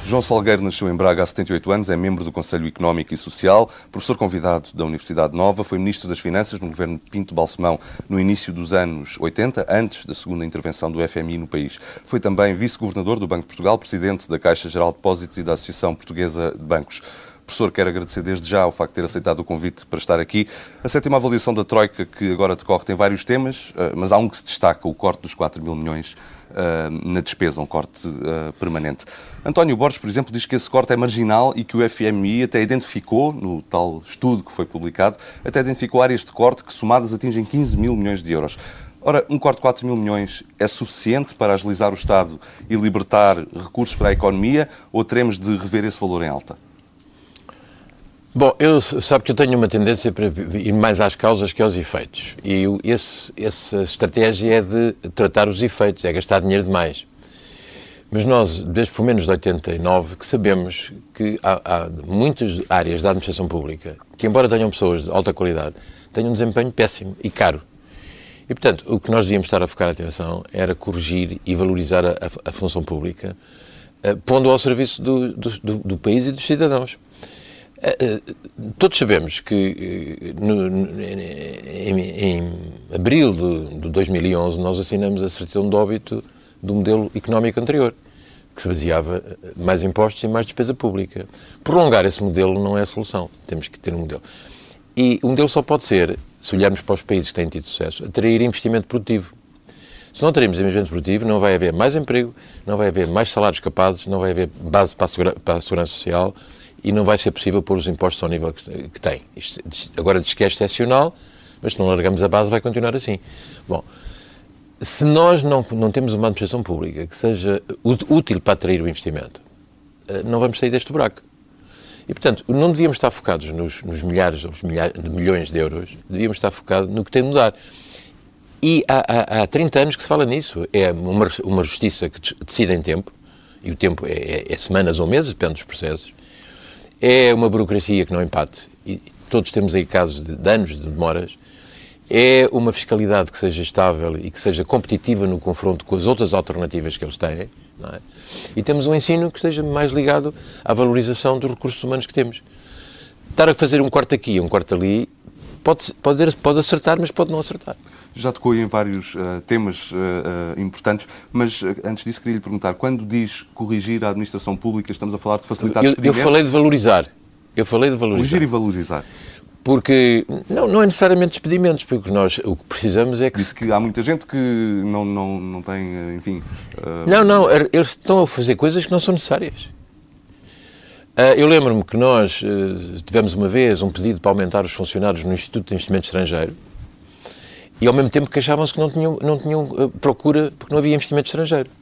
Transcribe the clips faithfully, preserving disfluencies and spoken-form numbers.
João Salgueiro nasceu em Braga há setenta e oito anos, é membro do Conselho Económico e Social, professor convidado da Universidade Nova, foi Ministro das Finanças no governo de Pinto Balsemão no início dos anos oitenta, antes da segunda intervenção do F M I no país. Foi também Vice-Governador do Banco de Portugal, Presidente da Caixa Geral de Depósitos e da Associação Portuguesa de Bancos. Professor, quero agradecer desde já o facto de ter aceitado o convite para estar aqui. A sétima avaliação da Troika, que agora decorre, tem vários temas, mas há um que se destaca, o corte dos quatro mil milhões na despesa, um corte uh, permanente. António Borges, por exemplo, diz que esse corte é marginal e que o F M I até identificou, no tal estudo que foi publicado, até identificou áreas de corte que somadas atingem quinze mil milhões de euros. Ora, um corte de quatro mil milhões é suficiente para agilizar o Estado e libertar recursos para a economia ou teremos de rever esse valor em alta? Bom, eu sabe que eu tenho uma tendência para ir mais às causas que aos efeitos. E esse, essa estratégia é de tratar os efeitos, é gastar dinheiro demais. Mas nós, desde pelo menos de oitenta e nove, que sabemos que há, há muitas áreas da administração pública que, embora tenham pessoas de alta qualidade, têm um desempenho péssimo e caro. E, portanto, o que nós devíamos estar a focar a atenção era corrigir e valorizar a, a, a função pública, uh, pondo-a ao serviço do, do, do, do país e dos cidadãos. Todos sabemos que no, no, em, em abril de, de dois mil e onze nós assinamos a certidão de óbito do modelo económico anterior, que se baseava mais impostos e mais despesa pública. Prolongar esse modelo não é a solução, temos que ter um modelo. E o modelo só pode ser, se olharmos para os países que têm tido sucesso, atrair investimento produtivo. Se não teremos investimento produtivo, não vai haver mais emprego, não vai haver mais salários capazes, não vai haver base para a, segura, para a segurança social, e não vai ser possível pôr os impostos ao nível que, que tem. Isto, agora diz que é excepcional, mas se não largamos a base vai continuar assim. Bom, se nós não, não temos uma administração pública que seja útil para atrair o investimento, não vamos sair deste buraco. E, portanto, não devíamos estar focados nos, nos milhares ou milhares de milhões de euros, devíamos estar focados no que tem de mudar. E há, há, há trinta anos que se fala nisso. É uma, uma justiça que decide em tempo, e o tempo é, é, é semanas ou meses, depende dos processos. É uma burocracia que não empate, e todos temos aí casos de, de anos de demoras. É uma fiscalidade que seja estável e que seja competitiva no confronto com as outras alternativas que eles têm, não é? E temos um ensino que esteja mais ligado à valorização dos recursos humanos que temos. Estar a fazer um corte aqui, um corte ali, pode, pode, pode acertar, mas pode não acertar. Já tocou em vários uh, temas uh, uh, importantes, mas uh, antes disso queria lhe perguntar, quando diz corrigir a administração pública, estamos a falar de facilitar eu, expedimentos? Eu falei de valorizar. Eu falei de valorizar. Corrigir e valorizar. Porque não, não é necessariamente despedimentos, porque nós o que precisamos é que... Disse que há muita gente que não, não, não tem, enfim... Uh... Não, não, eles estão a fazer coisas que não são necessárias. Uh, eu lembro-me que nós uh, tivemos uma vez um pedido para aumentar os funcionários no Instituto de Investimento Estrangeiro, e ao mesmo tempo queixavam-se que não tinham, não tinham uh, procura porque não havia investimento estrangeiro.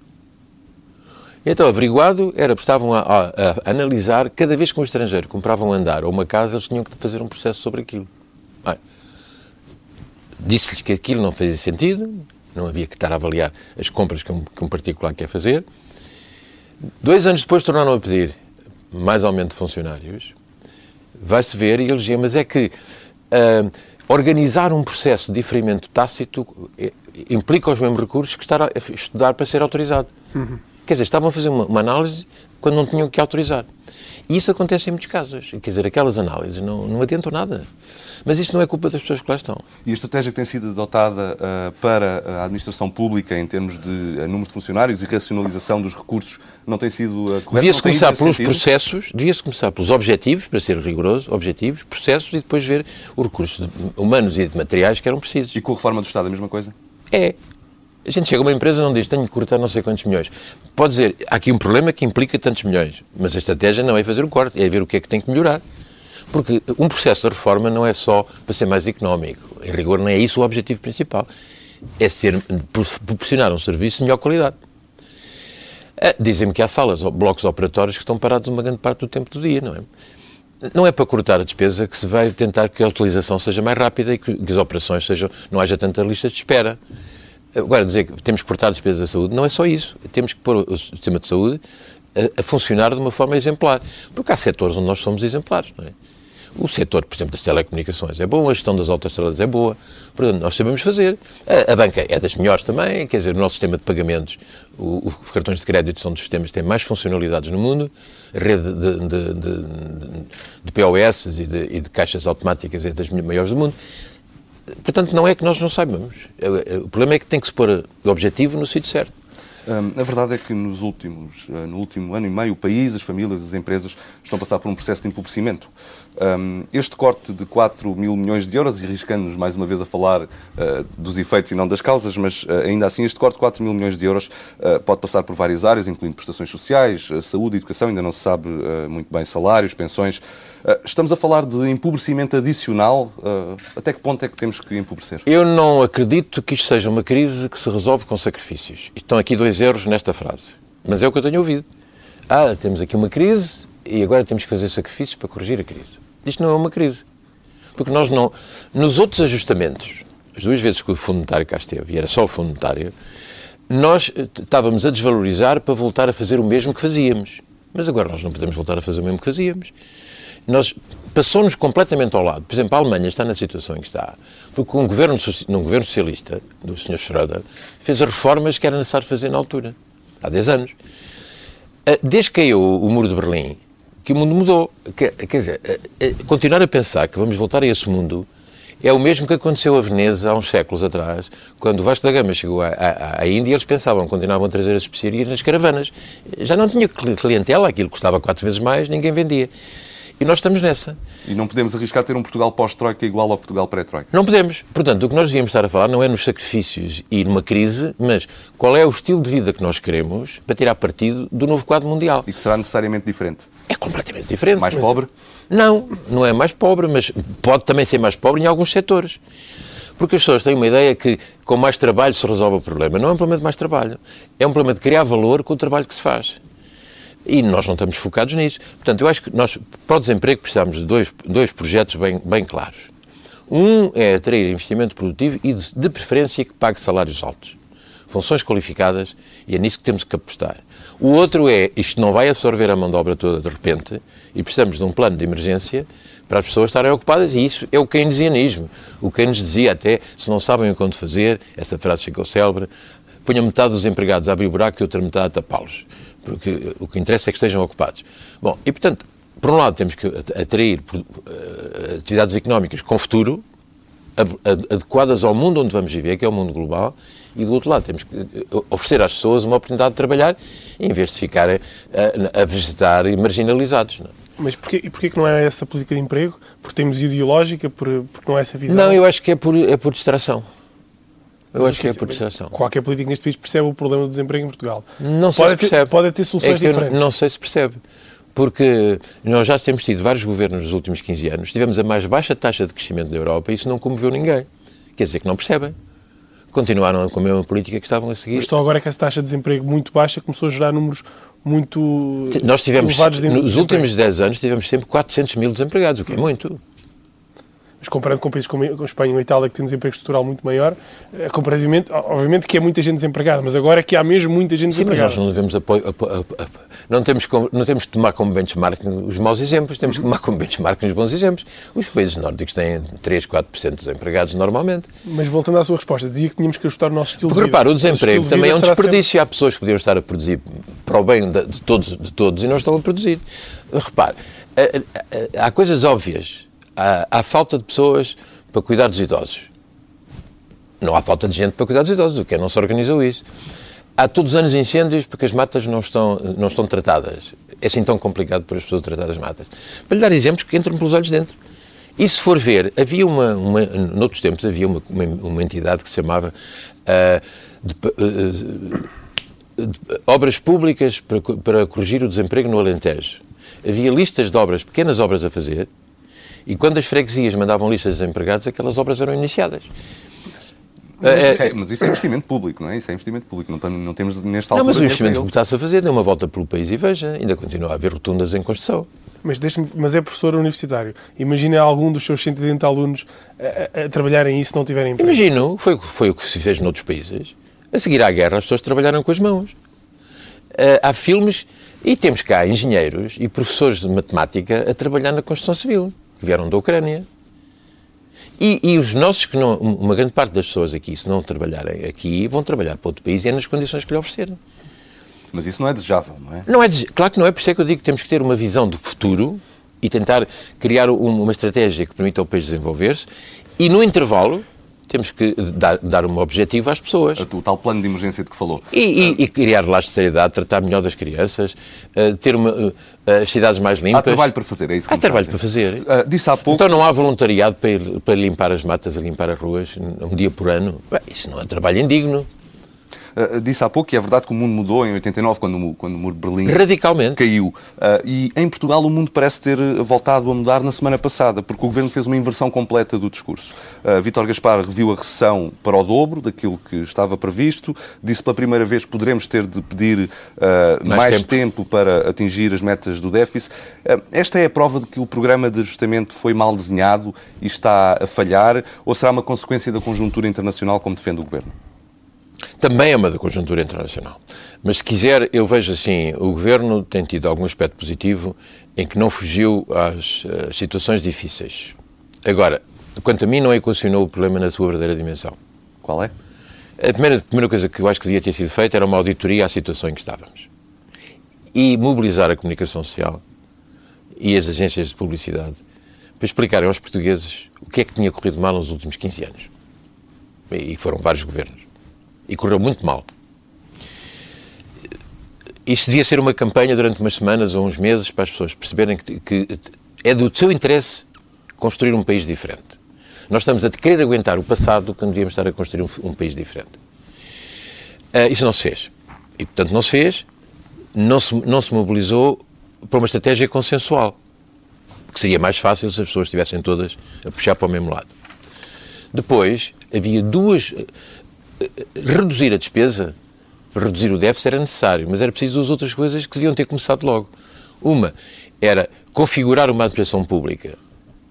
E então, averiguado, era, estavam a, a, a analisar, cada vez que um estrangeiro comprava um andar ou uma casa, eles tinham que fazer um processo sobre aquilo. Bem, disse-lhes que aquilo não fazia sentido, não havia que estar a avaliar as compras que um, que um particular quer fazer. Dois anos depois tornaram a pedir mais aumento de funcionários. Vai-se ver, e eles diziam, mas é que... Uh, organizar um processo de diferimento tácito implica os mesmos recursos que estar a estudar para ser autorizado. Uhum. Quer dizer, estavam a fazer uma, uma análise quando não tinham que autorizar. E isso acontece em muitos casos. Quer dizer, aquelas análises não, não adiantam nada. Mas isso não é culpa das pessoas que lá estão. E a estratégia que tem sido adotada uh, para a administração pública em termos de uh, número de funcionários e racionalização dos recursos não tem sido uh, correta? Devia-se começar pelos sentido? processos, devia-se começar pelos objetivos, para ser rigoroso, objetivos, processos, e depois ver os recursos humanos e de materiais que eram precisos. E com a reforma do Estado a mesma coisa? É. A gente chega a uma empresa e não diz, tenho que cortar não sei quantos milhões. Pode dizer, há aqui um problema que implica tantos milhões, mas a estratégia não é fazer o corte, é ver o que é que tem que melhorar. Porque um processo de reforma não é só para ser mais económico. Em rigor, não é isso o objetivo principal. É ser, proporcionar um serviço de melhor qualidade. Dizem-me que há salas, blocos operatórios que estão parados uma grande parte do tempo do dia, não é? Não é para cortar a despesa que se vai tentar que a utilização seja mais rápida e que, que as operações sejam, não haja tanta lista de espera. Agora, dizer que temos que cortar a despesa da saúde, não é só isso. Temos que pôr o sistema de saúde a, a funcionar de uma forma exemplar. Porque há setores onde nós somos exemplares, não é? O setor, por exemplo, das telecomunicações é bom, a gestão das autoestradas é boa, portanto, nós sabemos fazer. A, a banca é das melhores também, quer dizer, o nosso sistema de pagamentos, o, os cartões de crédito são dos sistemas que têm mais funcionalidades no mundo, a rede de, de, de, de P O S e de, e de caixas automáticas é das maiores do mundo. Portanto, não é que nós não saibamos. O problema é que tem que se pôr o objetivo no sítio certo. Um, a verdade é que nos últimos, uh, no último ano e meio o país, as famílias, as empresas estão a passar por um processo de empobrecimento. Um, este corte de quatro mil milhões de euros, e arriscando-nos mais uma vez a falar uh, dos efeitos e não das causas, mas uh, ainda assim este corte de quatro mil milhões de euros uh, pode passar por várias áreas, incluindo prestações sociais, uh, saúde, educação, ainda não se sabe uh, muito bem, salários, pensões. Uh, estamos a falar de empobrecimento adicional. Uh, até que ponto é que temos que empobrecer? Eu não acredito que isto seja uma crise que se resolve com sacrifícios. Estão aqui dois erros nesta frase. Mas é o que eu tenho ouvido. Ah, temos aqui uma crise e agora temos que fazer sacrifícios para corrigir a crise. Isto não é uma crise. Porque nós não... Nos outros ajustamentos, as duas vezes que o Fundo Monetário cá esteve, e era só o Fundo Monetário, nós estávamos a desvalorizar para voltar a fazer o mesmo que fazíamos. Mas agora nós não podemos voltar a fazer o mesmo que fazíamos. Nós, passou-nos completamente ao lado. Por exemplo, a Alemanha está na situação em que está, porque um governo, um governo socialista, do senhor Schröder, fez as reformas que era necessário fazer na altura, há dez anos. Desde que caiu o muro de Berlim, que o mundo mudou. Quer, quer dizer, continuar a pensar que vamos voltar a esse mundo é o mesmo que aconteceu a Veneza há uns séculos atrás, quando o Vasco da Gama chegou à, à, à Índia, eles pensavam, continuavam a trazer as especiarias nas caravanas. Já não tinha clientela, aquilo custava quatro vezes mais, ninguém vendia. E nós estamos nessa. E não podemos arriscar ter um Portugal pós-Troika igual ao Portugal pré-Troika? Não podemos. Portanto, o que nós devíamos estar a falar não é nos sacrifícios e numa crise, mas qual é o estilo de vida que nós queremos para tirar partido do novo quadro mundial. E que será necessariamente diferente? É completamente diferente. Mais pobre? Não, não é mais pobre, mas pode também ser mais pobre em alguns setores. Porque as pessoas têm uma ideia que com mais trabalho se resolve o problema. Não é um problema de mais trabalho. É um problema de criar valor com o trabalho que se faz. E nós não estamos focados nisso. Portanto, eu acho que nós, para o desemprego, precisamos de dois, dois projetos bem, bem claros. Um é atrair investimento produtivo e, de, de preferência, que pague salários altos. Funções qualificadas, e é nisso que temos que apostar. O outro é, isto não vai absorver a mão de obra toda de repente, e precisamos de um plano de emergência para as pessoas estarem ocupadas, e isso é o keynesianismo. O Keynes dizia até, se não sabem o quanto fazer, essa frase ficou célebre, ponham metade dos empregados a abrir o buraco e outra metade a tapá-los. Porque o que interessa é que estejam ocupados. Bom, e portanto, por um lado temos que atrair atividades económicas com futuro, adequadas ao mundo onde vamos viver, que é o mundo global, e do outro lado temos que oferecer às pessoas uma oportunidade de trabalhar, em vez de ficarem a, a vegetar e marginalizados. Não é? Mas porquê, e porquê que não é essa política de emprego? Por termos ideológica? Por, porque não é essa visão? Não, eu acho que é por, é por distração. Eu acho que é por distração. Qualquer político neste país percebe o problema do desemprego em Portugal. Não sei se percebe. Ter, pode ter soluções é que diferentes. Eu não sei se percebe. Porque nós já temos tido vários governos nos últimos quinze anos, tivemos a mais baixa taxa de crescimento da Europa e isso não comoveu ninguém. Quer dizer que não percebem. Continuaram com a mesma política que estavam a seguir. Mas só agora é que essa taxa de desemprego muito baixa começou a gerar números muito Nós tivemos, elevados de nos últimos dez anos, tivemos sempre quatrocentos mil desempregados, o que é muito. Mas comparando com países como a Espanha ou a Itália, que têm um desemprego estrutural muito maior, comparativamente, obviamente que é muita gente desempregada, mas agora é que há mesmo muita gente Sim, desempregada. Mas nós não devemos apoio, apoio, apoio, não, temos, não temos que tomar como benchmark os maus exemplos, temos que tomar como benchmark os bons exemplos. Os países nórdicos têm três, quatro por cento de desempregados normalmente. Mas voltando à sua resposta, dizia que tínhamos que ajustar o nosso estilo Porque, de vida. Repara, o desemprego o também é um desperdício. Sempre... Há pessoas que podiam estar a produzir para o bem de, de, todos, de todos e não estão a produzir. Repare, há coisas óbvias. Há, há falta de pessoas para cuidar dos idosos. Não há falta de gente para cuidar dos idosos, o que é, não se organizou isso. Há todos os anos incêndios porque as matas não estão, não estão tratadas. É assim tão complicado para as pessoas tratar as matas. Para lhe dar exemplos que entram pelos olhos dentro. E se for ver, havia uma, uma noutros tempos, havia uma, uma, uma entidade que se chamava uh, de, uh, de, Obras Públicas para, para corrigir o desemprego no Alentejo. Havia listas de obras, pequenas obras a fazer, e quando as freguesias mandavam listas de desempregados, aquelas obras eram iniciadas. Mas isso, é, mas isso é investimento público, não é? Isso é investimento público. Não, tem, não temos nesta altura... Não, mas o investimento público está-se a fazer, dê uma volta pelo país e veja, ainda continua a haver rotundas em construção. Mas, mas é professor universitário. Imagina algum dos seus cento e oitenta alunos a, a, a trabalharem isso se não tiverem emprego. Imagino, foi, foi o que se fez noutros países. A seguir à guerra, as pessoas trabalharam com as mãos. Uh, há filmes, e temos cá engenheiros e professores de matemática a trabalhar na construção civil. que vieram da Ucrânia. E, e os nossos, que não, uma grande parte das pessoas aqui, se não trabalharem aqui, vão trabalhar para outro país e é nas condições que lhe oferecerem. Mas isso não é desejável, não é? Não é dese... Claro que não é, por isso é que eu digo que temos que ter uma visão do futuro e tentar criar uma estratégia que permita ao país desenvolver-se e, no intervalo, temos que dar, dar um objetivo às pessoas. O tal plano de emergência de que falou. E, e, e criar laços de seriedade, tratar melhor das crianças, uh, ter uma, uh, as cidades mais limpas. Há trabalho para fazer, é isso que Há trabalho para fazer. Uh, disse há pouco... Então não há voluntariado para, ir, para limpar as matas, a limpar as ruas, um dia por ano. Bem, isso não é trabalho indigno. Uh, disse há pouco que é verdade que o mundo mudou em oitenta e nove, quando, quando o muro de Berlim radicalmente caiu. Uh, e em Portugal o mundo parece ter voltado a mudar na semana passada, porque o Governo fez uma inversão completa do discurso. Uh, Vítor Gaspar reviu a recessão para o dobro daquilo que estava previsto, disse pela primeira vez que poderemos ter de pedir uh, mais, mais tempo. tempo para atingir as metas do déficit. Uh, esta é a prova de que o programa de ajustamento foi mal desenhado e está a falhar, ou será uma consequência da conjuntura internacional, como defende o Governo? Também é uma da conjuntura internacional. Mas, se quiser, eu vejo assim, o Governo tem tido algum aspecto positivo em que não fugiu às, às situações difíceis. Agora, quanto a mim, não equacionou o problema na sua verdadeira dimensão. Qual é? A primeira, a primeira coisa que eu acho que devia ter sido feita era uma auditoria à situação em que estávamos. E mobilizar a comunicação social e as agências de publicidade para explicarem aos portugueses o que é que tinha corrido mal nos últimos quinze anos. E foram vários governos. E correu muito mal. Isto devia ser uma campanha durante umas semanas ou uns meses para as pessoas perceberem que, que é do seu interesse construir um país diferente. Nós estamos a querer aguentar o passado quando devíamos estar a construir um, um país diferente. Uh, isso não se fez. E, portanto, não se fez, não se, não se mobilizou para uma estratégia consensual, que seria mais fácil se as pessoas estivessem todas a puxar para o mesmo lado. Depois, havia duas... Reduzir a despesa, reduzir o déficit era necessário, mas era preciso as outras coisas que deviam ter começado logo. Uma era configurar uma administração pública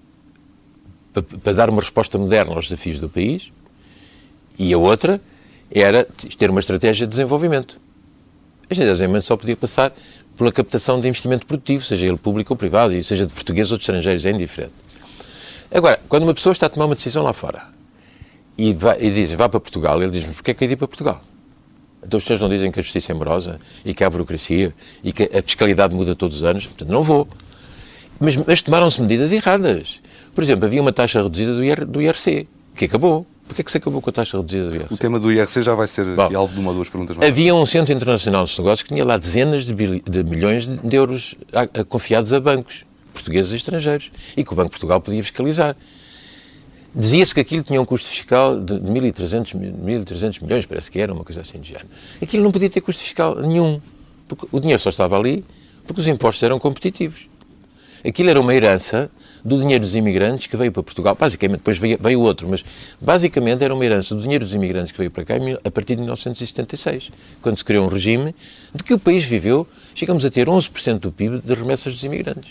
para, para dar uma resposta moderna aos desafios do país, e a outra era ter uma estratégia de desenvolvimento. A estratégia de desenvolvimento só podia passar pela captação de investimento produtivo, seja ele público ou privado, e seja de portugueses ou de estrangeiros, é indiferente. Agora, quando uma pessoa está a tomar uma decisão lá fora, E, vai, e diz, vá para Portugal, ele diz-me, porquê é que eu ir para Portugal? Então as pessoas não dizem que a justiça é morosa e que há burocracia e que a fiscalidade muda todos os anos, portanto não vou. Mas, mas tomaram-se medidas erradas. Por exemplo, havia uma taxa reduzida do, I R, do I R C, que acabou. Porquê é que se acabou com a taxa reduzida do I R C? O tema do I R C já vai ser Bom, alvo de uma ou duas perguntas mais. Havia um Centro Internacional dos Negócios que tinha lá dezenas de, bil, de milhões de euros a, a, confiados a bancos, portugueses e estrangeiros, e que o Banco de Portugal podia fiscalizar. Dizia-se que aquilo tinha um custo fiscal de mil e trezentos milhões, parece que era, uma coisa assim de género. Aquilo não podia ter custo fiscal nenhum, porque o dinheiro só estava ali porque os impostos eram competitivos. Aquilo era uma herança do dinheiro dos imigrantes que veio para Portugal. Basicamente, depois veio, veio outro, mas basicamente era uma herança do dinheiro dos imigrantes que veio para cá a partir de mil novecentos e setenta e seis, quando se criou um regime de que o país viveu, chegamos a ter onze por cento do P I B de remessas dos imigrantes.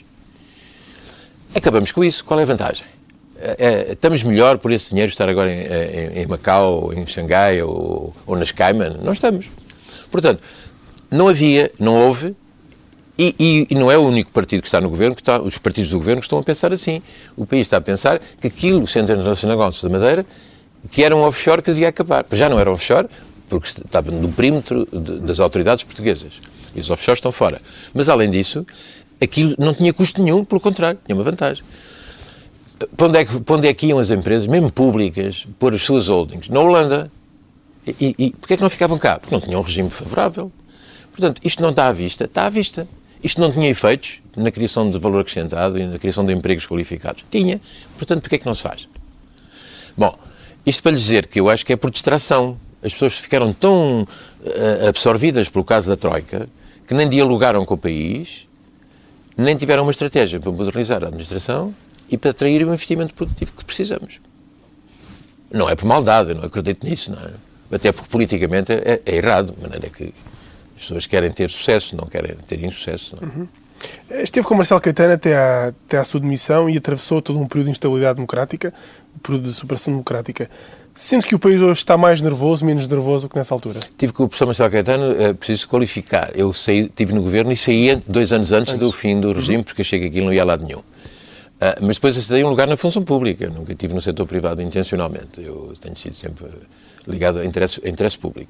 Acabamos com isso. Qual é a vantagem? É, estamos melhor por esse dinheiro estar agora em, em, em Macau, em Xangai ou, ou nas Cayman? Não estamos. Portanto, não havia, não houve, e, e, e não é o único partido que está no governo, que está, os partidos do governo que estão a pensar assim. O país está a pensar que aquilo, o Centro Internacional de Negócios da Madeira, que era um offshore que devia acabar. Já não era offshore, porque estava no perímetro de, das autoridades portuguesas. E os offshores estão fora. Mas, além disso, aquilo não tinha custo nenhum, pelo contrário, tinha uma vantagem. Para onde, é que, para onde é que iam as empresas, mesmo públicas, pôr as suas holdings? Na Holanda. E, e porquê é que não ficavam cá? Porque não tinham um regime favorável. Portanto, isto não está à vista? Está à vista. Isto não tinha efeitos na criação de valor acrescentado e na criação de empregos qualificados? Tinha. Portanto, porquê é que não se faz? Bom, isto para lhe dizer que eu acho que é por distração. As pessoas ficaram tão uh, absorvidas pelo caso da Troika que nem dialogaram com o país, nem tiveram uma estratégia para modernizar a administração e para atrair o investimento produtivo que precisamos. Não é por maldade, eu não acredito nisso, não é? Até porque politicamente é, é errado, de maneira que as pessoas querem ter sucesso, não querem ter insucesso. Não é? Uhum. Esteve com Marcelo Caetano até à, até à sua demissão e atravessou todo um período de instabilidade democrática, um período de superação democrática. Sente que o país hoje está mais nervoso, menos nervoso do que nessa altura? Tive com o professor Marcelo Caetano, é preciso qualificar. Eu saí, estive no governo e saí dois anos antes, antes. do fim do regime, uhum. porque achei que aquilo não ia a lado nenhum. Uh, mas depois acedei a um lugar na função pública. Nunca estive no setor privado intencionalmente. Eu tenho sido sempre ligado a interesse, a interesse público.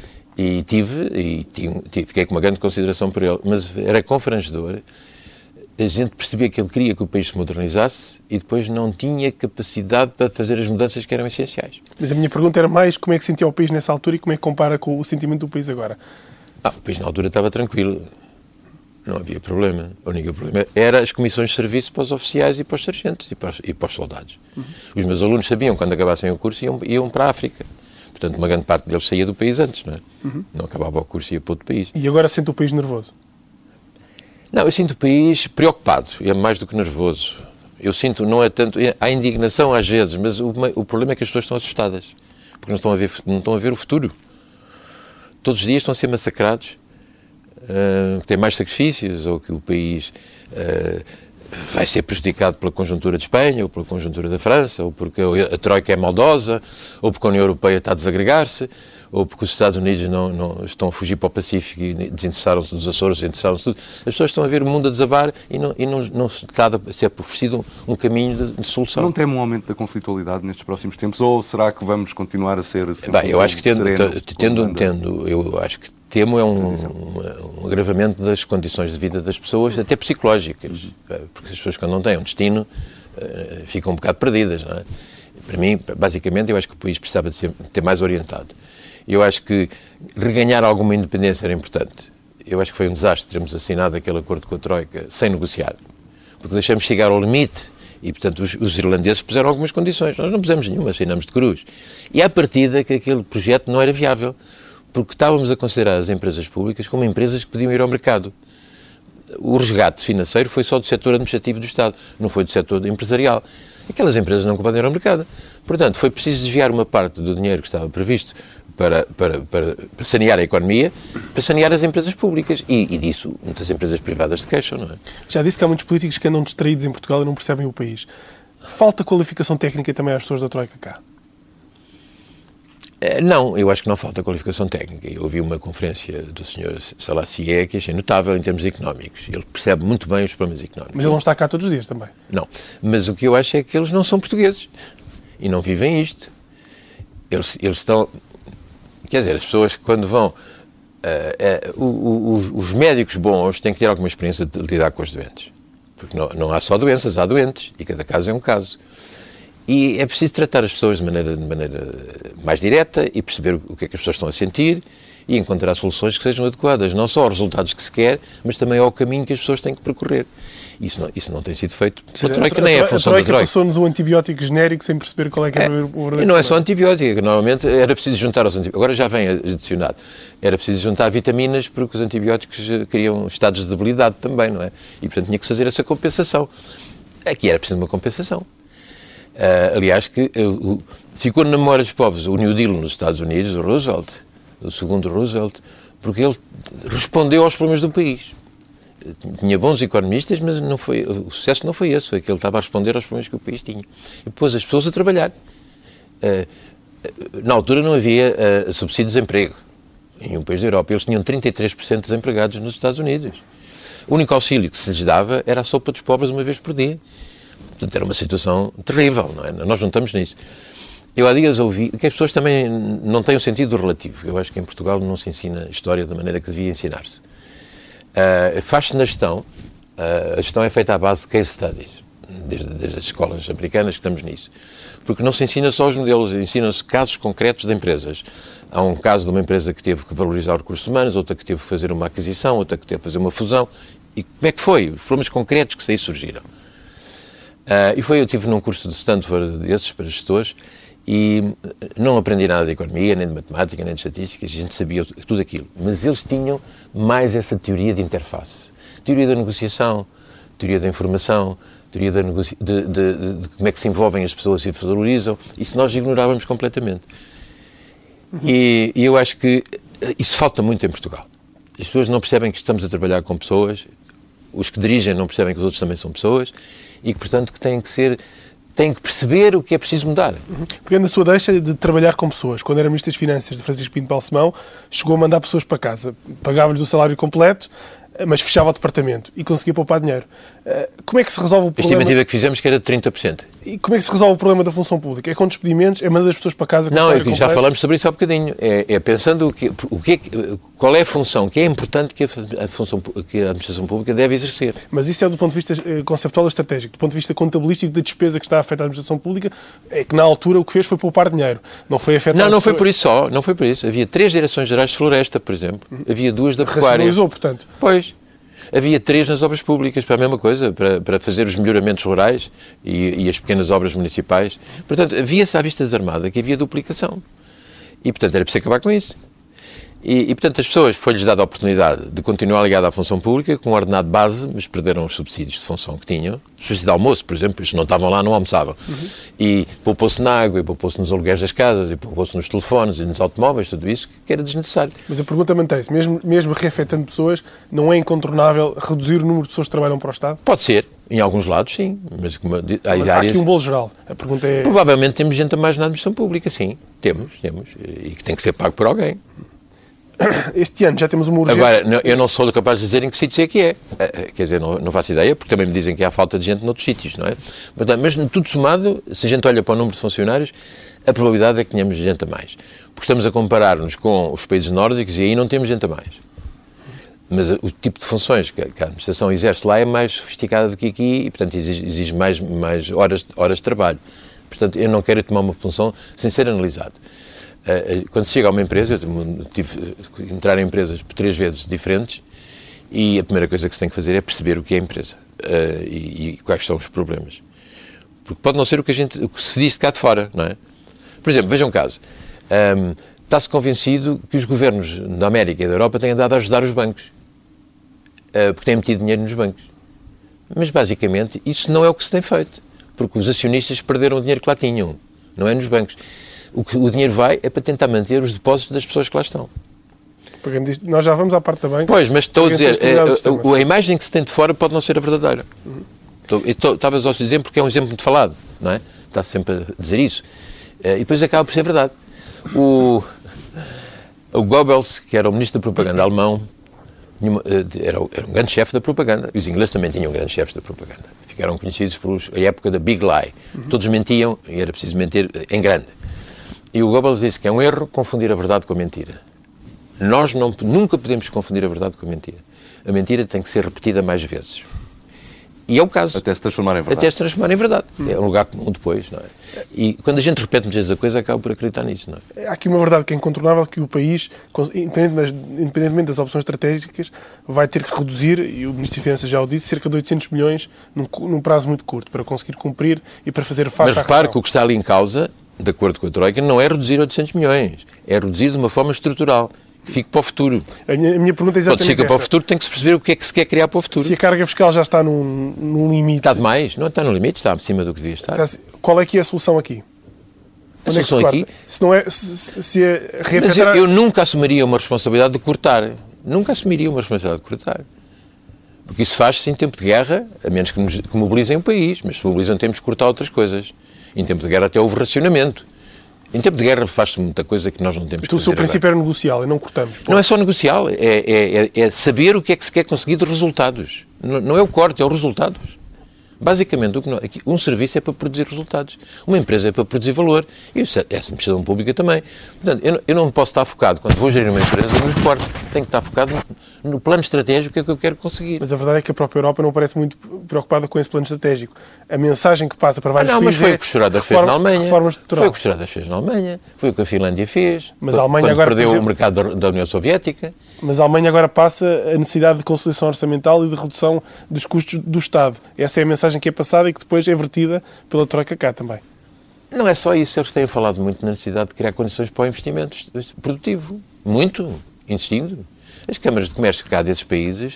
E tive, e tive, fiquei com uma grande consideração por ele, mas era confrangedor. A gente percebia que ele queria que o país se modernizasse e depois não tinha capacidade para fazer as mudanças que eram essenciais. Mas a minha pergunta era mais como é que sentia o país nessa altura e como é que compara com o sentimento do país agora? Ah, o país na altura estava tranquilo. Não havia problema. O único problema era as comissões de serviço para os oficiais e para os sargentos e para os, e para os soldados. Uhum. Os meus alunos sabiam que quando acabassem o curso iam, iam para a África. Portanto, uma grande parte deles saía do país antes, não é? Uhum. Não acabava o curso e ia para outro país. E agora sente o país nervoso? Não, eu sinto o país preocupado, é mais do que nervoso. Eu sinto, não é tanto, há indignação às vezes, mas o, o problema é que as pessoas estão assustadas, porque não estão a ver, não estão a ver o futuro. Todos os dias estão a ser massacrados, uh, que tem mais sacrifícios, ou que o país uh, vai ser prejudicado pela conjuntura de Espanha, ou pela conjuntura da França, ou porque a Troika é maldosa, ou porque a União Europeia está a desagregar-se, ou porque os Estados Unidos não, não estão a fugir para o Pacífico e desinteressaram-se dos Açores, desinteressaram-se de tudo. As pessoas estão a ver o mundo a desabar e não, e não, não se está a ser oferecido um, um caminho de, de solução. Não teme um aumento da conflitualidade nestes próximos tempos, ou será que vamos continuar a ser sempre Bem, eu acho que tendo, sereno, tendo, tendo, eu acho que temo é um, um, um agravamento das condições de vida das pessoas, até psicológicas, porque as pessoas quando não têm um destino ficam um bocado perdidas, não é? Para mim, basicamente, eu acho que o país precisava de ser, ter mais orientado. Eu acho que reganhar alguma independência era importante. Eu acho que foi um desastre termos assinado aquele acordo com a Troika sem negociar, porque deixamos chegar ao limite e, portanto, os, os irlandeses puseram algumas condições. Nós não pusemos nenhuma, assinamos de cruz. E à partida que aquele projeto não era viável, porque estávamos a considerar as empresas públicas como empresas que podiam ir ao mercado. O resgate financeiro foi só do setor administrativo do Estado, não foi do setor empresarial. Aquelas empresas não podem ir ao mercado. Portanto, foi preciso desviar uma parte do dinheiro que estava previsto para, para, para, para sanear a economia, para sanear as empresas públicas. E, e disso, muitas empresas privadas se queixam, não é? Já disse que há muitos políticos que andam distraídos em Portugal e não percebem o país. Falta qualificação técnica também às pessoas da Troika cá? Não, eu acho que não falta qualificação técnica. Eu ouvi uma conferência do senhor Salassier que achei notável em termos económicos. Ele percebe muito bem os problemas económicos. Mas ele não está cá todos os dias também. Não, mas o que eu acho é que eles não são portugueses e não vivem isto. Eles, eles estão... Quer dizer, as pessoas quando vão... Uh, uh, uh, uh, os médicos bons têm que ter alguma experiência de lidar com os doentes. Porque não, não há só doenças, há doentes. E cada caso é um caso. E é preciso tratar as pessoas de maneira, de maneira mais direta e perceber o que é que as pessoas estão a sentir e encontrar soluções que sejam adequadas, não só aos resultados que se quer, mas também ao caminho que as pessoas têm que percorrer. Isso não, isso não tem sido feito pela Troika, nem é a função da Troika. A Troika passou-nos um antibiótico genérico sem perceber qual é que era é, o verdadeiro. E não é só antibiótico, normalmente era preciso juntar aos antibióticos, agora já vem adicionado, era preciso juntar vitaminas porque os antibióticos criam estados de debilidade também, não é? E portanto tinha que fazer essa compensação. Aqui era preciso uma compensação. Uh, aliás, que uh, uh, ficou na memória dos povos o New Deal nos Estados Unidos, do Roosevelt, do segundo Roosevelt, porque ele respondeu aos problemas do país. Tinha bons economistas, mas não foi, o sucesso não foi esse, foi que ele estava a responder aos problemas que o país tinha. E pôs as pessoas a trabalhar. Uh, na altura não havia uh, subsídio de desemprego em nenhum país da Europa. Eles tinham trinta e três por cento de desempregados nos Estados Unidos. O único auxílio que se lhes dava era a sopa dos pobres uma vez por dia. Portanto, era uma situação terrível, não é? Nós não estamos nisso. Eu há dias ouvi que as pessoas também não têm o sentido relativo. Eu acho que em Portugal não se ensina história da maneira que devia ensinar-se. Uh, faz-se na gestão, uh, a gestão é feita à base de case studies, desde, desde as escolas americanas que estamos nisso. Porque não se ensina só os modelos, ensinam-se casos concretos de empresas. Há um caso de uma empresa que teve que valorizar recursos humanos, outra que teve que fazer uma aquisição, outra que teve que fazer uma fusão. E como é que foi? Os problemas concretos que aí surgiram. Uh, e foi, eu estive num curso de Stanford desses para gestores e não aprendi nada de economia, nem de matemática, nem de estatística, a gente sabia tudo aquilo. Mas eles tinham mais essa teoria de interface. Teoria da negociação, teoria da informação, teoria da negocia... de, de, de, de como é que se envolvem as pessoas e se valorizam. Isso nós ignorávamos completamente. Uhum. E, e eu acho que isso falta muito em Portugal. As pessoas não percebem que estamos a trabalhar com pessoas, os que dirigem não percebem que os outros também são pessoas, e que, portanto, que têm que ser, têm que perceber o que é preciso mudar. Uhum. Pegando a sua deixa de trabalhar com pessoas, quando era Ministro das Finanças de Francisco Pinto Balsemão, chegou a mandar pessoas para casa, pagava-lhes o salário completo, mas fechava o departamento e conseguia poupar dinheiro. Como é que se resolve o A problema? estimativa que fizemos que era de trinta por cento. E como é que se resolve o problema da função pública? É com despedimentos? É mandar as pessoas para casa com Não, o é salário que já completo? falamos sobre isso há bocadinho. É, é pensando o que, o que é, qual é a função que é importante que a, função, que a administração pública deve exercer. Mas isso é do ponto de vista conceptual e estratégico. Do ponto de vista contabilístico da despesa que está a afetar a administração pública, é que na altura o que fez foi poupar dinheiro. Não foi afetar... Não, não foi por isso só. Não foi por isso. Havia três direções gerais de floresta, por exemplo. Havia duas da pecuária. Racionalizou, portanto. Pois. Havia três nas obras públicas, para a mesma coisa, para, para fazer os melhoramentos rurais e, e as pequenas obras municipais. Portanto, havia-se à vista desarmada que havia duplicação. E, portanto, era preciso acabar com isso. E, e portanto, as pessoas foi-lhes dada a oportunidade de continuar ligada à função pública com um ordenado base, mas perderam os subsídios de função que tinham. Subsídio de almoço, por exemplo, eles não estavam lá, não almoçavam. Uhum. E poupou-se na água, e poupou-se nos aluguéis das casas, e poupou-se nos telefones e nos automóveis, tudo isso que era desnecessário. Mas a pergunta mantém-se. Mesmo, mesmo reafetando pessoas, não é incontornável reduzir o número de pessoas que trabalham para o Estado? Pode ser. Em alguns lados, sim. Mas, como, há, mas áreas... há aqui um bolo geral. A pergunta é... Provavelmente temos gente a mais na administração pública, sim. Temos, temos. E que tem que ser pago por alguém. Este ano já temos uma urgência... Agora, eu não sou capaz de dizer em que sítios é que é. Quer dizer, não, não faço ideia, porque também me dizem que há falta de gente noutros sítios, não é? Mas, tudo somado, se a gente olha para o número de funcionários, a probabilidade é que tenhamos gente a mais. Porque estamos a comparar-nos com os países nórdicos e aí não temos gente a mais. Mas o tipo de funções que a administração exerce lá é mais sofisticada do que aqui e, portanto, exige, exige mais, mais horas, horas de trabalho. Portanto, eu não quero tomar uma função sem ser analisado. Quando se chega a uma empresa, eu tive que entrar em empresas por três vezes diferentes e a primeira coisa que se tem que fazer é perceber o que é a empresa uh, e, e quais são os problemas. Porque pode não ser o que, a gente, o que se diz de cá de fora, não é? Por exemplo, veja um caso. Um, está-se convencido que os governos da América e da Europa têm andado a ajudar os bancos, uh, porque têm metido dinheiro nos bancos. Mas, basicamente, isso não é o que se tem feito, porque os acionistas perderam o dinheiro que lá tinham, não é nos bancos. O que o dinheiro vai é para tentar manter os depósitos das pessoas que lá estão. Nós já vamos à parte da banca. Pois, mas estou a dizer, é, a, a, a imagem que se tem de fora pode não ser a verdadeira. Uhum. Estavas a dizer porque é um exemplo muito falado, não é? Está sempre a dizer isso. E depois acaba por ser verdade. O, o Goebbels, que era o ministro da propaganda alemão, era, era um grande chefe da propaganda. E os ingleses também tinham grandes chefes da propaganda. Ficaram conhecidos por a época da Big Lie. Uhum. Todos mentiam e era preciso mentir em grande. E o Goebbels disse que é um erro confundir a verdade com a mentira. Nós não, nunca podemos confundir a verdade com a mentira. A mentira tem que ser repetida mais vezes. E é o caso. Até se transformar em verdade. Até se transformar em verdade. Hum. É um lugar comum depois, não é? E quando a gente repete muitas vezes a coisa, acaba por acreditar nisso, não é? Há aqui uma verdade que é incontornável, que o país, independentemente das opções estratégicas, vai ter que reduzir, e o Ministro das Finanças já o disse, cerca de oitocentos milhões num, num prazo muito curto, para conseguir cumprir e para fazer face à recessão. Mas repare que o que está ali em causa, de acordo com a Troika, não é reduzir oitocentos milhões. É reduzir de uma forma estrutural. Que fique para o futuro. A minha, a minha pergunta é exatamente Quando fica para o futuro, tem que se perceber o que é que se quer criar para o futuro. Se a carga fiscal já está num, num limite... Está demais. Não está no limite, está acima do que devia estar. Está, qual é que é a solução aqui? A Onde solução é aqui... Se não é... Se, se é Mas eu, eu nunca assumiria uma responsabilidade de cortar. Nunca assumiria uma responsabilidade de cortar. Porque isso faz-se em tempo de guerra, a menos que, nos, que mobilizem o país. Mas se mobilizam, temos que cortar outras coisas. Em tempo de guerra até houve racionamento. Em tempo de guerra faz-se muita coisa que nós não temos então, que fazer. Então o seu princípio era negocial e não cortamos. Pô. Não é só negocial, é, é, é saber o que é que se quer conseguir de resultados. Não, não é o corte, é os resultados. Basicamente, o que não, um serviço é para produzir resultados. Uma empresa é para produzir valor. E essa administração pública também. Portanto, eu, eu não posso estar focado, quando vou gerir uma empresa, nos cortes. Tenho que estar focado no, no plano estratégico, que é o que eu quero conseguir. Mas a verdade é que a própria Europa não parece muito preocupada com esse plano estratégico. A mensagem que passa para vários ah, não, países mas foi o que o Schroeder fez na Alemanha. Foi o que o Schroeder fez na Alemanha. Foi o que a Finlândia fez. Mas a Alemanha agora perdeu exemplo, o mercado da, da União Soviética. Mas a Alemanha agora passa a necessidade de consolidação orçamental e de redução dos custos do Estado. Essa é a mensagem que é passada e que depois é vertida pela Troika cá também. Não é só isso. Eles têm falado muito na necessidade de criar condições para o investimento produtivo. Muito. Insistindo. As câmaras de comércio cá desses países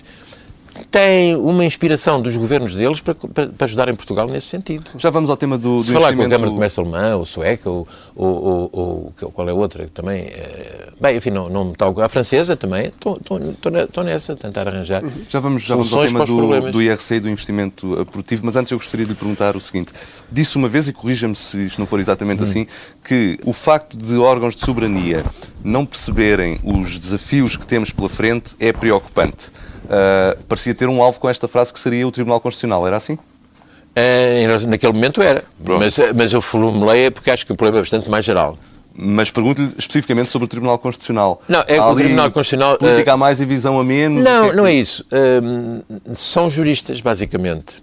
têm uma inspiração dos governos deles para, para, para ajudarem Portugal nesse sentido. Já vamos ao tema do, do Se falar com a Câmara de Comércio Alemã, ou Sueca, ou, ou, ou, ou qual é outra também... É, bem, enfim, não, não está a francesa também, estou nessa, a tentar arranjar Já vamos, já vamos ao tema do, do I R C e do investimento produtivo, mas antes eu gostaria de lhe perguntar o seguinte. Disse uma vez, e corrija-me se isto não for exatamente hum. assim, que o facto de órgãos de soberania não perceberem os desafios que temos pela frente é preocupante. uh, parecia ter um alvo com esta frase que seria o Tribunal Constitucional. Era assim? Uh, naquele momento era. Mas, mas eu formulei porque acho que o problema é bastante mais geral. Mas pergunto-lhe especificamente sobre o Tribunal Constitucional. Não, é que o Tribunal Constitucional... Política uh, a mais e visão a menos? Não, é que... não é isso. Uh, são juristas, basicamente.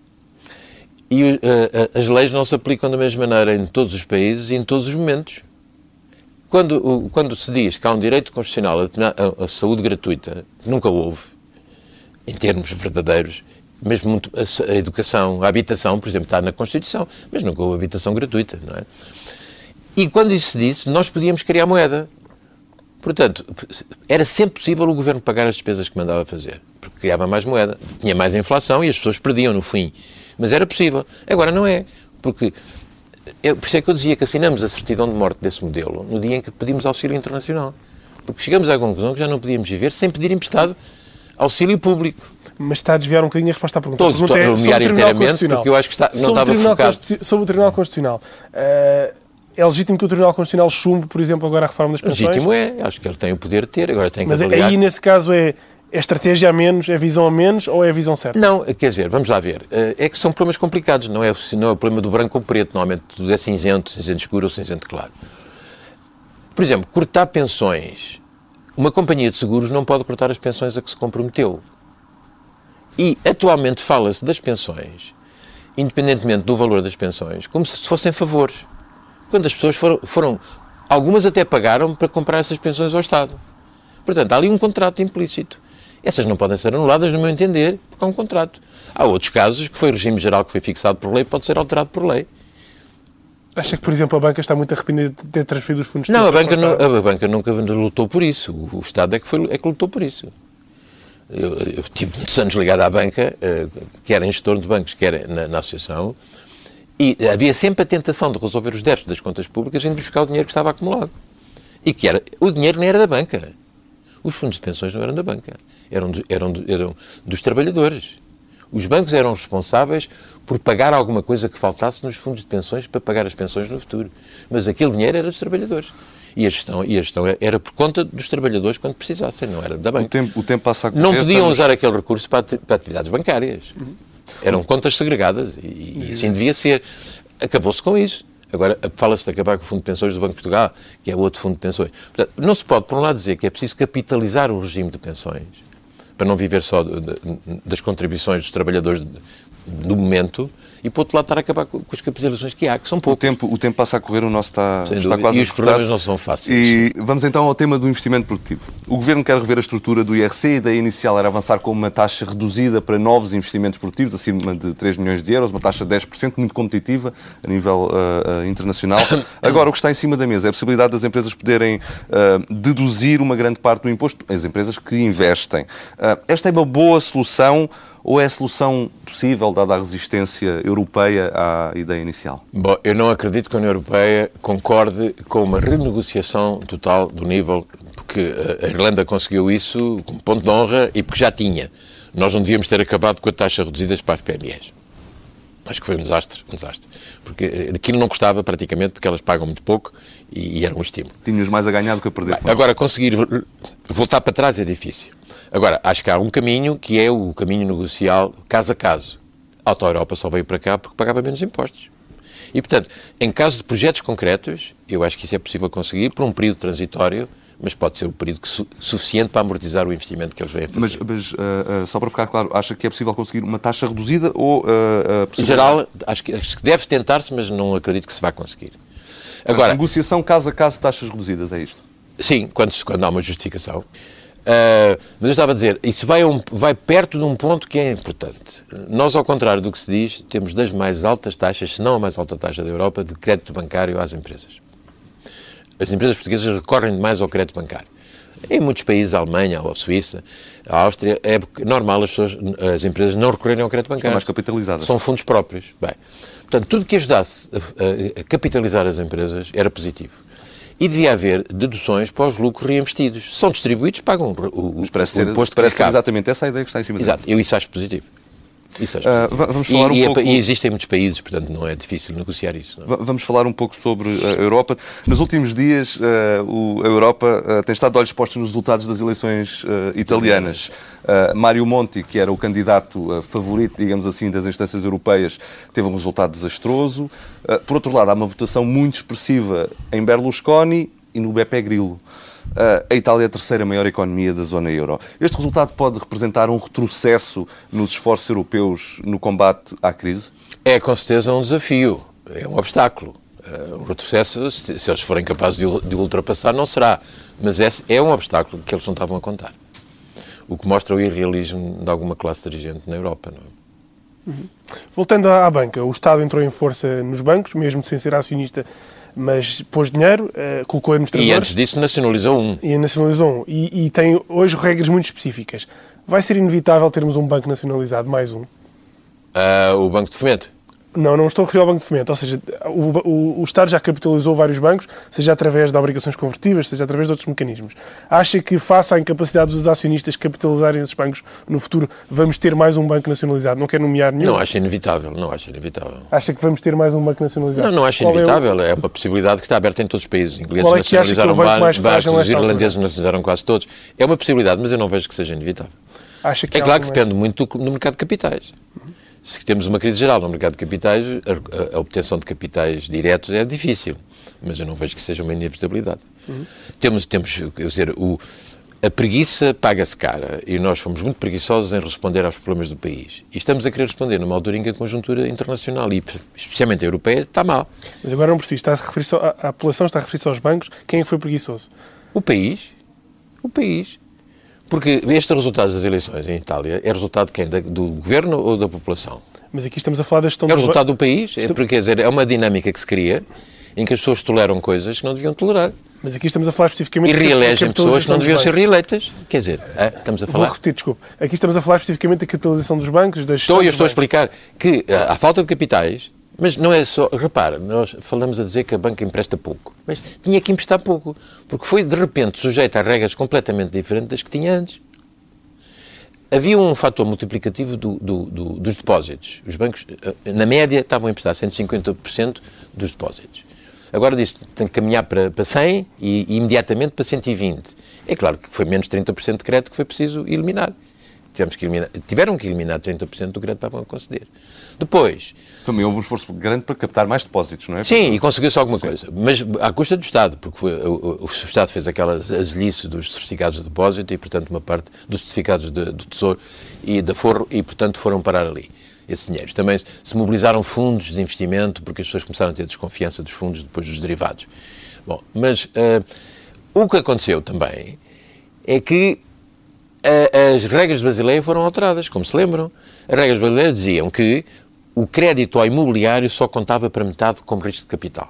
E uh, uh, as leis não se aplicam da mesma maneira em todos os países e em todos os momentos. Quando, uh, quando se diz que há um direito constitucional a, a, a saúde gratuita, que nunca houve, em termos verdadeiros, mesmo muito, a, a educação, a habitação, por exemplo, está na Constituição, mas nunca houve habitação gratuita, não é? E quando isso se disse, nós podíamos criar moeda. Portanto, era sempre possível o governo pagar as despesas que mandava fazer, porque criava mais moeda, tinha mais inflação e as pessoas perdiam no fim. Mas era possível. Agora não é, porque... Eu, por isso é que eu dizia que assinamos a certidão de morte desse modelo no dia em que pedimos auxílio internacional. Porque chegamos à conclusão que já não podíamos viver sem pedir emprestado auxílio público. Mas está a desviar um bocadinho a resposta à pergunta. Todos estou a nomear inteiramente, porque eu acho que está, não sobre estava focado. Sobre o Tribunal Constitucional... Uh, É legítimo que o Tribunal Constitucional chumbe, por exemplo, agora a reforma das pensões? Legítimo é. Acho que ele tem o poder de ter. Agora tem que Mas avaliar. aí, nesse caso, é, é estratégia a menos, é visão a menos ou é a visão certa? Não, quer dizer, vamos lá ver. É que são problemas complicados. Não é, não é o problema do branco ou preto. Normalmente tudo é cinzento, cinzento escuro ou cinzento claro. Por exemplo, cortar pensões. Uma companhia de seguros não pode cortar as pensões a que se comprometeu. E, atualmente, fala-se das pensões, independentemente do valor das pensões, como se fossem favores. Quando as pessoas foram, foram, algumas até pagaram para comprar essas pensões ao Estado. Portanto, há ali um contrato implícito. Essas não podem ser anuladas, no meu entender, porque há um contrato. Há outros casos que foi o regime geral que foi fixado por lei, pode ser alterado por lei. Acha que, por exemplo, a banca está muito arrependida de ter transferido os fundos de Não, a banca, não, a banca nunca lutou por isso. O, o Estado é que, foi, é que lutou por isso. Eu, eu tive muitos anos ligado à banca, quer em gestor de bancos, quer na, na associação, e havia sempre a tentação de resolver os déficits das contas públicas indo buscar o dinheiro que estava acumulado. E que era, o dinheiro nem era da banca. Os fundos de pensões não eram da banca. Eram, do, eram, do, eram dos trabalhadores. Os bancos eram responsáveis por pagar alguma coisa que faltasse nos fundos de pensões para pagar as pensões no futuro. Mas aquele dinheiro era dos trabalhadores. E a gestão, e a gestão era por conta dos trabalhadores quando precisassem, não era da banca. O tempo, o tempo passa a correr. Não podiam estamos... usar aquele recurso para, para atividades bancárias. Uhum. Eram contas segregadas e, e assim devia ser. Acabou-se com isso. Agora, fala-se de acabar com o Fundo de Pensões do Banco de Portugal, que é outro fundo de pensões. Portanto, não se pode, por um lado, dizer que é preciso capitalizar o regime de pensões, para não viver só de, de, das contribuições dos trabalhadores de, do momento, e, por outro lado, estar a acabar com, com as capitalizações que há, que são poucas. O tempo, o tempo passa a correr, o nosso está, está quase e a os problemas não são fáceis. E vamos então ao tema do investimento produtivo. O Governo quer rever a estrutura do I R C, a ideia inicial era avançar com uma taxa reduzida para novos investimentos produtivos, acima de três milhões de euros, uma taxa de dez por cento, muito competitiva a nível uh, uh, internacional. Agora, o que está em cima da mesa é a possibilidade das empresas poderem uh, deduzir uma grande parte do imposto, as empresas que investem. Uh, esta é uma boa solução, ou é a solução possível, dada a resistência europeia à ideia inicial? Bom, eu não acredito que a União Europeia concorde com uma renegociação total do nível, porque a Irlanda conseguiu isso com ponto de honra e porque já tinha. Nós não devíamos ter acabado com a taxa reduzida para as P M Es. Acho que foi um desastre, um desastre. Porque aquilo não custava praticamente, porque elas pagam muito pouco e, e era um estímulo. Tínhamos mais a ganhar do que a perder. Bem, agora, conseguir voltar para trás é difícil. Agora, acho que há um caminho que é o caminho negocial caso a caso. A Auto Europa só veio para cá porque pagava menos impostos. E, portanto, em caso de projetos concretos, eu acho que isso é possível conseguir por um período transitório, mas pode ser um período que su- suficiente para amortizar o investimento que eles vêm a fazer. Mas, mas uh, uh, só para ficar claro, acha que é possível conseguir uma taxa reduzida ou... Uh, uh, em geral, acho que, acho que deve tentar-se, mas não acredito que se vá conseguir. Agora, a negociação caso a caso de taxas reduzidas, é isto? Sim, quando, quando há uma justificação. Uh, mas eu estava a dizer, isso vai, um, vai perto de um ponto que é importante. Nós, ao contrário do que se diz, temos das mais altas taxas, se não a mais alta taxa da Europa, de crédito bancário às empresas. As empresas portuguesas recorrem mais ao crédito bancário. Em muitos países, a Alemanha, a Suíça, a Áustria, é normal as, pessoas, as empresas não recorrerem ao crédito bancário. São mais capitalizadas. São fundos próprios. Bem, portanto, tudo que ajudasse a, a, a capitalizar as empresas era positivo. E devia haver deduções para os lucros reinvestidos. São distribuídos, pagam o, o, Mas parece o ser, imposto parece que ser exatamente essa a ideia que está em cima Exato, eu isso acho positivo. Isso uh, vamos falar e, um e, pouco... e existem muitos países, portanto não é difícil negociar isso. Não? Vamos falar um pouco sobre a Europa. Nos últimos dias, uh, o, a Europa uh, tem estado de olhos postos nos resultados das eleições uh, italianas. Uh, Mário Monti, que era o candidato uh, favorito, digamos assim, das instâncias europeias, teve um resultado desastroso. Uh, por outro lado, há uma votação muito expressiva em Berlusconi e no Beppe Grillo. Uh, a Itália é a terceira maior economia da zona euro. Este resultado pode representar um retrocesso nos esforços europeus no combate à crise? É, com certeza, um desafio. É um obstáculo. Uh, um retrocesso, se, se eles forem capazes de, de ultrapassar, não será. Mas é, é um obstáculo que eles não estavam a contar. O que mostra o irrealismo de alguma classe dirigente na Europa, não é? Uhum. Voltando à banca, o Estado entrou em força nos bancos, mesmo sem ser acionista, mas pôs dinheiro, uh, colocou administradores... E antes disso nacionalizou um. E nacionalizou um. E, e tem hoje regras muito específicas. Vai ser inevitável termos um banco nacionalizado, mais um? Uh, o Banco de Fomento? Não, não estou a referir ao Banco de Fomento. Ou seja, o, o, o Estado já capitalizou vários bancos, seja através de obrigações convertíveis, seja através de outros mecanismos. Acha que, face à incapacidade dos acionistas capitalizarem esses bancos no futuro, vamos ter mais um banco nacionalizado? Não quer nomear nenhum? Não, acho inevitável. Não acho inevitável. Acha que vamos ter mais um banco nacionalizado? Não, não acho Qual inevitável. É, o... é uma possibilidade que está aberta em todos os países. Ingleses Qual é que acha que é o banco mais frágil os irlandeses nacionalizaram quase todos. É uma possibilidade, mas eu não vejo que seja inevitável. Acha que é claro que depende muito do, do mercado de capitais. Uhum. Se temos uma crise geral no mercado de capitais, a, a, a obtenção de capitais diretos é difícil, mas eu não vejo que seja uma inevitabilidade. Uhum. Temos, temos, quer dizer, o, a preguiça paga-se cara e nós fomos muito preguiçosos em responder aos problemas do país. E estamos a querer responder numa altura em que a conjuntura internacional e especialmente a europeia está mal. Mas agora não percebi, está a, referir-se a, a população está a referir-se aos bancos, quem é que foi preguiçoso? O país. O país. Porque estes resultados das eleições em Itália é resultado de quem? Da, do governo ou da população? Mas aqui estamos a falar da gestão... É o resultado do país. É, porque, quer dizer, é uma dinâmica que se cria em que as pessoas toleram coisas que não deviam tolerar. Mas aqui estamos a falar especificamente... E reelegem pessoas que não deviam ser reeleitas. Quer dizer, é, estamos a falar... Vou repetir, desculpe. Aqui estamos a falar especificamente da capitalização dos bancos, da gestão... Estou, eu estou a explicar que há falta de capitais, mas não é só... Repara, nós falamos a dizer que a banca empresta pouco, mas tinha que emprestar pouco, porque foi, de repente, sujeito a regras completamente diferentes das que tinha antes. Havia um fator multiplicativo do, do, do, dos depósitos. Os bancos, na média, estavam a emprestar cento e cinquenta por cento dos depósitos. Agora disse que tem que caminhar para, para cem e, e imediatamente para cento e vinte. É claro que foi menos trinta por cento de crédito que foi preciso eliminar. Tivemos que eliminar. Tiveram que eliminar trinta por cento do crédito que estavam a conceder. Depois... Também houve um esforço grande para captar mais depósitos, não é? Sim, e conseguiu-se alguma Sim. coisa. Mas à custa do Estado, porque foi, o, o, o Estado fez aquelas azelices dos certificados de depósito e, portanto, uma parte dos certificados de, do Tesouro e da Forro e, portanto, foram parar ali esses dinheiros. Também se mobilizaram fundos de investimento porque as pessoas começaram a ter desconfiança dos fundos depois dos derivados. Bom, mas uh, o que aconteceu também é que uh, as regras brasileiras foram alteradas, como se lembram. As regras brasileiras diziam que o crédito ao imobiliário só contava para metade como risco de capital.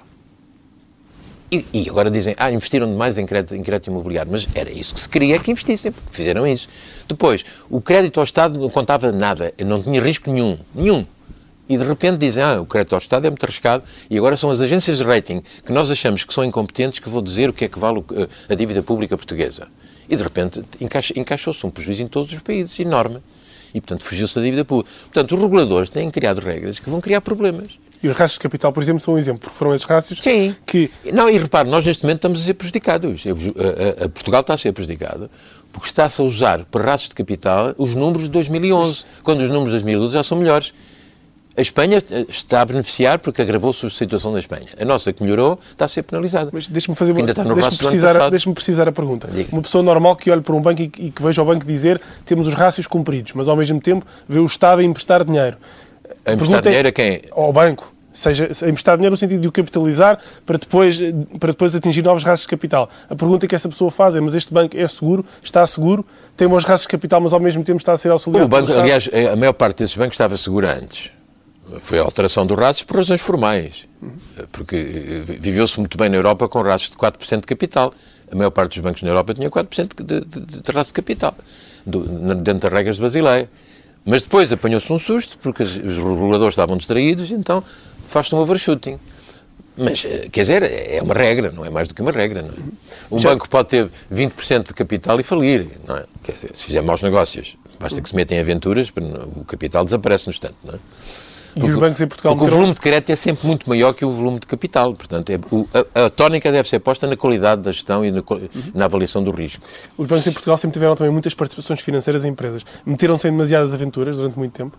E, e agora dizem, ah, investiram demais em crédito, em crédito imobiliário, mas era isso que se queria que investissem, porque fizeram isso. Depois, o crédito ao Estado não contava nada, não tinha risco nenhum, nenhum. E de repente dizem, ah, o crédito ao Estado é muito arriscado e agora são as agências de rating que nós achamos que são incompetentes que vão dizer o que é que vale a dívida pública portuguesa. E de repente encaixou-se um prejuízo em todos os países, enorme. E, portanto, fugiu-se da dívida pública. Portanto, os reguladores têm criado regras que vão criar problemas. E os rácios de capital, por exemplo, são um exemplo, porque foram esses rácios Sim. que... Não, e repare, nós neste momento estamos a ser prejudicados. A, a, a Portugal está a ser prejudicado porque está-se a usar para rácios de capital os números de dois mil e onze, quando os números de dois mil e doze já são melhores. A Espanha está a beneficiar porque agravou-se a situação da Espanha. A nossa, que melhorou, está a ser penalizada. Mas deixe-me fazer uma... Ainda está no deixe-me precisar, deixe-me precisar a pergunta. Diga. Uma pessoa normal que olhe para um banco e, e que veja o banco dizer temos os rácios cumpridos, mas ao mesmo tempo vê o Estado a emprestar dinheiro. A emprestar dinheiro a quem? Ao banco. Seja, a emprestar dinheiro no sentido de o capitalizar para depois, para depois atingir novos rácios de capital. A pergunta que essa pessoa faz é, mas este banco é seguro, está seguro, tem bons rácios de capital, mas ao mesmo tempo está a ser auxiliado o banco, aliás, a maior parte desses bancos estava segura antes. Foi a alteração dos rácios por razões formais, porque viveu-se muito bem na Europa com rácios de quatro por cento de capital. A maior parte dos bancos na Europa tinha quatro por cento de, de, de, de rácio de capital, do, dentro das regras de Basileia. Mas depois apanhou-se um susto, porque os reguladores estavam distraídos, então faz-se um overshooting. Mas, quer dizer, é uma regra, não é mais do que uma regra. Não é? Um Já... banco pode ter vinte por cento de capital e falir, não é? Quer dizer, se fizer maus negócios, Basta que se metem em aventuras, o capital desaparece no instante, não é? E os bancos em Portugal... Porque o volume de crédito é sempre muito maior que o volume de capital. Portanto, é, o, a, a tónica deve ser posta na qualidade da gestão e na, uhum. na avaliação do risco. Os bancos em Portugal sempre tiveram também muitas participações financeiras em empresas. Meteram-se em demasiadas aventuras durante muito tempo?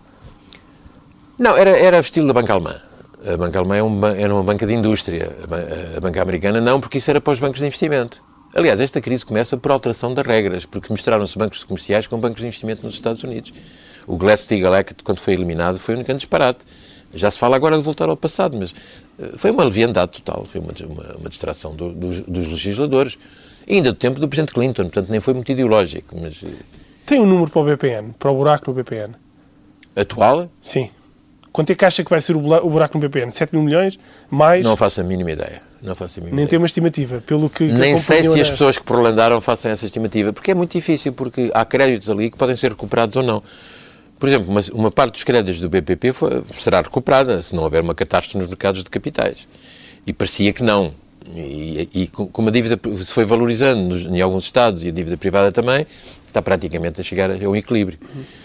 Não, era, era estilo da banca alemã. A banca alemã é uma, era uma banca de indústria. A banca americana não, porque isso era para os bancos de investimento. Aliás, esta crise começa por alteração das regras, porque misturaram-se bancos comerciais com bancos de investimento nos Estados Unidos. O Glass-Steagall, quando foi eliminado, foi um grande disparate. Já se fala agora de voltar ao passado, mas foi uma leviandade total, foi uma, uma, uma distração do, dos, dos legisladores. E ainda do tempo do Presidente Clinton, portanto nem foi muito ideológico. Mas... Tem um número para o B P N, para o buraco no B P N? Atual? Sim. Quanto é que acha que vai ser o buraco no B P N? sete mil milhões? Mais? Não faço a mínima ideia. Não faço a mínima Nem ideia. tem uma estimativa, pelo que, que Nem sei se na... as pessoas que prolongaram façam essa estimativa, porque é muito difícil, porque há créditos ali que podem ser recuperados ou não. Por exemplo, uma, uma parte dos créditos do B P P foi, será recuperada se não houver uma catástrofe nos mercados de capitais. E parecia que não. E, e como a dívida se foi valorizando nos, em alguns Estados e a dívida privada também, está praticamente a chegar a um equilíbrio.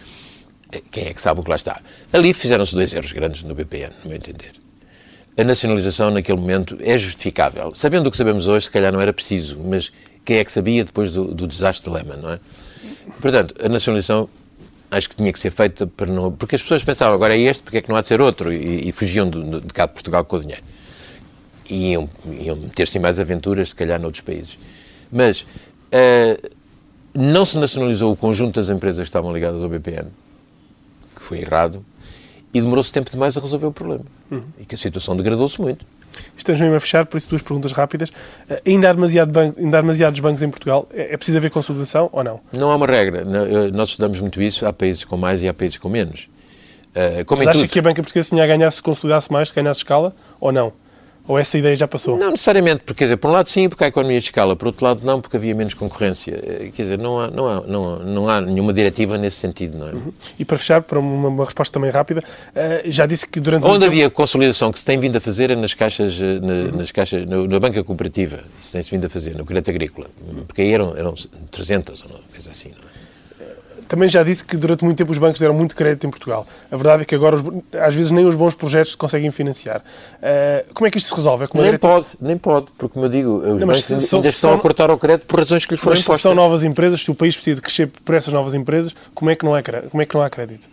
Quem é que sabe o que lá está? Ali fizeram-se dois erros grandes no B P N, no meu entender. A nacionalização naquele momento é justificável. Sabendo o que sabemos hoje, se calhar não era preciso, mas quem é que sabia depois do, do desastre de Lehman, não é? Portanto, a nacionalização acho que tinha que ser feita para não... Porque as pessoas pensavam, agora é este, porque é que não há de ser outro? E, e fugiam de, de cá de Portugal com o dinheiro. E iam, iam ter-se em mais aventuras, se calhar, noutros países. Mas uh, não se nacionalizou o conjunto das empresas que estavam ligadas ao B P N, que foi errado, e demorou-se tempo demais a resolver o problema. Uhum. E que a situação degradou-se muito. Estamos mesmo a fechar, por isso duas perguntas rápidas. Uh, ainda, há demasiado ban- ainda há demasiados bancos em Portugal. É, é preciso haver consolidação ou não? Não há uma regra. Nós estudamos muito isso. Há países com mais e há países com menos. Uh, como Mas acha tudo... que a banca portuguesa tinha a ganhar se consolidasse mais, se ganhasse escala, ou não? Ou essa ideia já passou? Não necessariamente, porque, quer dizer, por um lado sim, porque há economia de escala, por outro lado não, porque havia menos concorrência. Quer dizer, não há, não há, não há, não há nenhuma diretiva nesse sentido, não é? Uhum. E para fechar, para uma, uma resposta também rápida, uh, já disse que durante... Onde havia tempo... consolidação que se tem vindo a fazer é nas caixas, na, uhum. nas caixas na, na banca cooperativa, isso tem-se vindo a fazer, no crédito agrícola, porque aí eram, eram trezentas ou não, coisa assim, não é? Também já disse que durante muito tempo os bancos deram muito crédito em Portugal. A verdade é que agora, os, às vezes, nem os bons projetos se conseguem financiar. Uh, como é que isto se resolve? É com uma nem diretiva... pode, nem pode, porque, como eu digo, os não, bancos se, ainda são, estão são... a cortar o crédito por razões que lhes foram mas impostas. Se são novas empresas, se o país precisa de crescer por essas novas empresas, como é que não há, como é que não há crédito?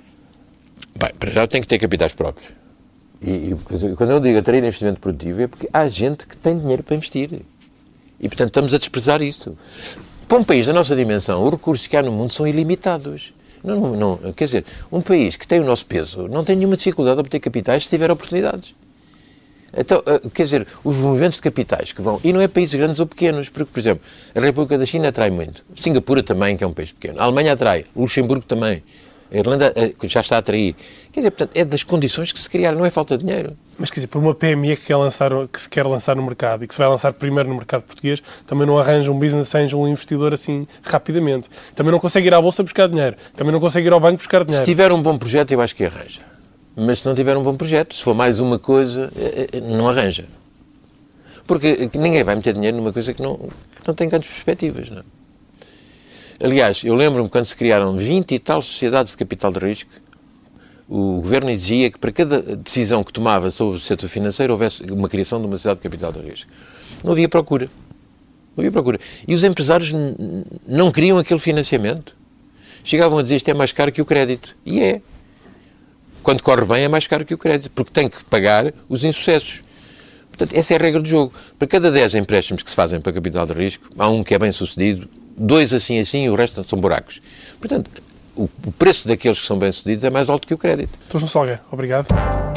Bem, para já tem que ter capitais próprios. E, e quando eu digo atrair investimento produtivo é porque há gente que tem dinheiro para investir. E, portanto, estamos a desprezar isso. Para um país da nossa dimensão, os recursos que há no mundo são ilimitados. Não, não, não, quer dizer, um país que tem o nosso peso não tem nenhuma dificuldade a obter capitais se tiver oportunidades. Então, quer dizer, os movimentos de capitais que vão... E não é países grandes ou pequenos, porque, por exemplo, a República da China atrai muito. Singapura também, que é um país pequeno. A Alemanha atrai. O Luxemburgo também. A Irlanda já está a atrair. Quer dizer, portanto, é das condições que se criaram, não é falta de dinheiro. Mas, quer dizer, por uma P M E que, quer lançar, que se quer lançar no mercado e que se vai lançar primeiro no mercado português, também não arranja um business angel, um investidor assim, rapidamente. Também não consegue ir à bolsa buscar dinheiro. Também não consegue ir ao banco buscar dinheiro. Se tiver um bom projeto, eu acho que arranja. Mas se não tiver um bom projeto, se for mais uma coisa, não arranja. Porque ninguém vai meter dinheiro numa coisa que não, que não tem grandes perspectivas, não é? Aliás, eu lembro-me quando se criaram vinte e tal sociedades de capital de risco, o governo exigia que para cada decisão que tomava sobre o setor financeiro houvesse uma criação de uma sociedade de capital de risco. Não havia procura. Não havia procura. E os empresários n- não queriam aquele financiamento. Chegavam a dizer isto é mais caro que o crédito. E é. Quando corre bem é mais caro que o crédito, porque tem que pagar os insucessos. Portanto, essa é a regra do jogo. Para cada dez empréstimos que se fazem para capital de risco, há um que é bem sucedido, dois assim assim e o resto são buracos. Portanto, o preço daqueles que são bem-sucedidos é mais alto que o crédito. doutor João Salgueiro, obrigado.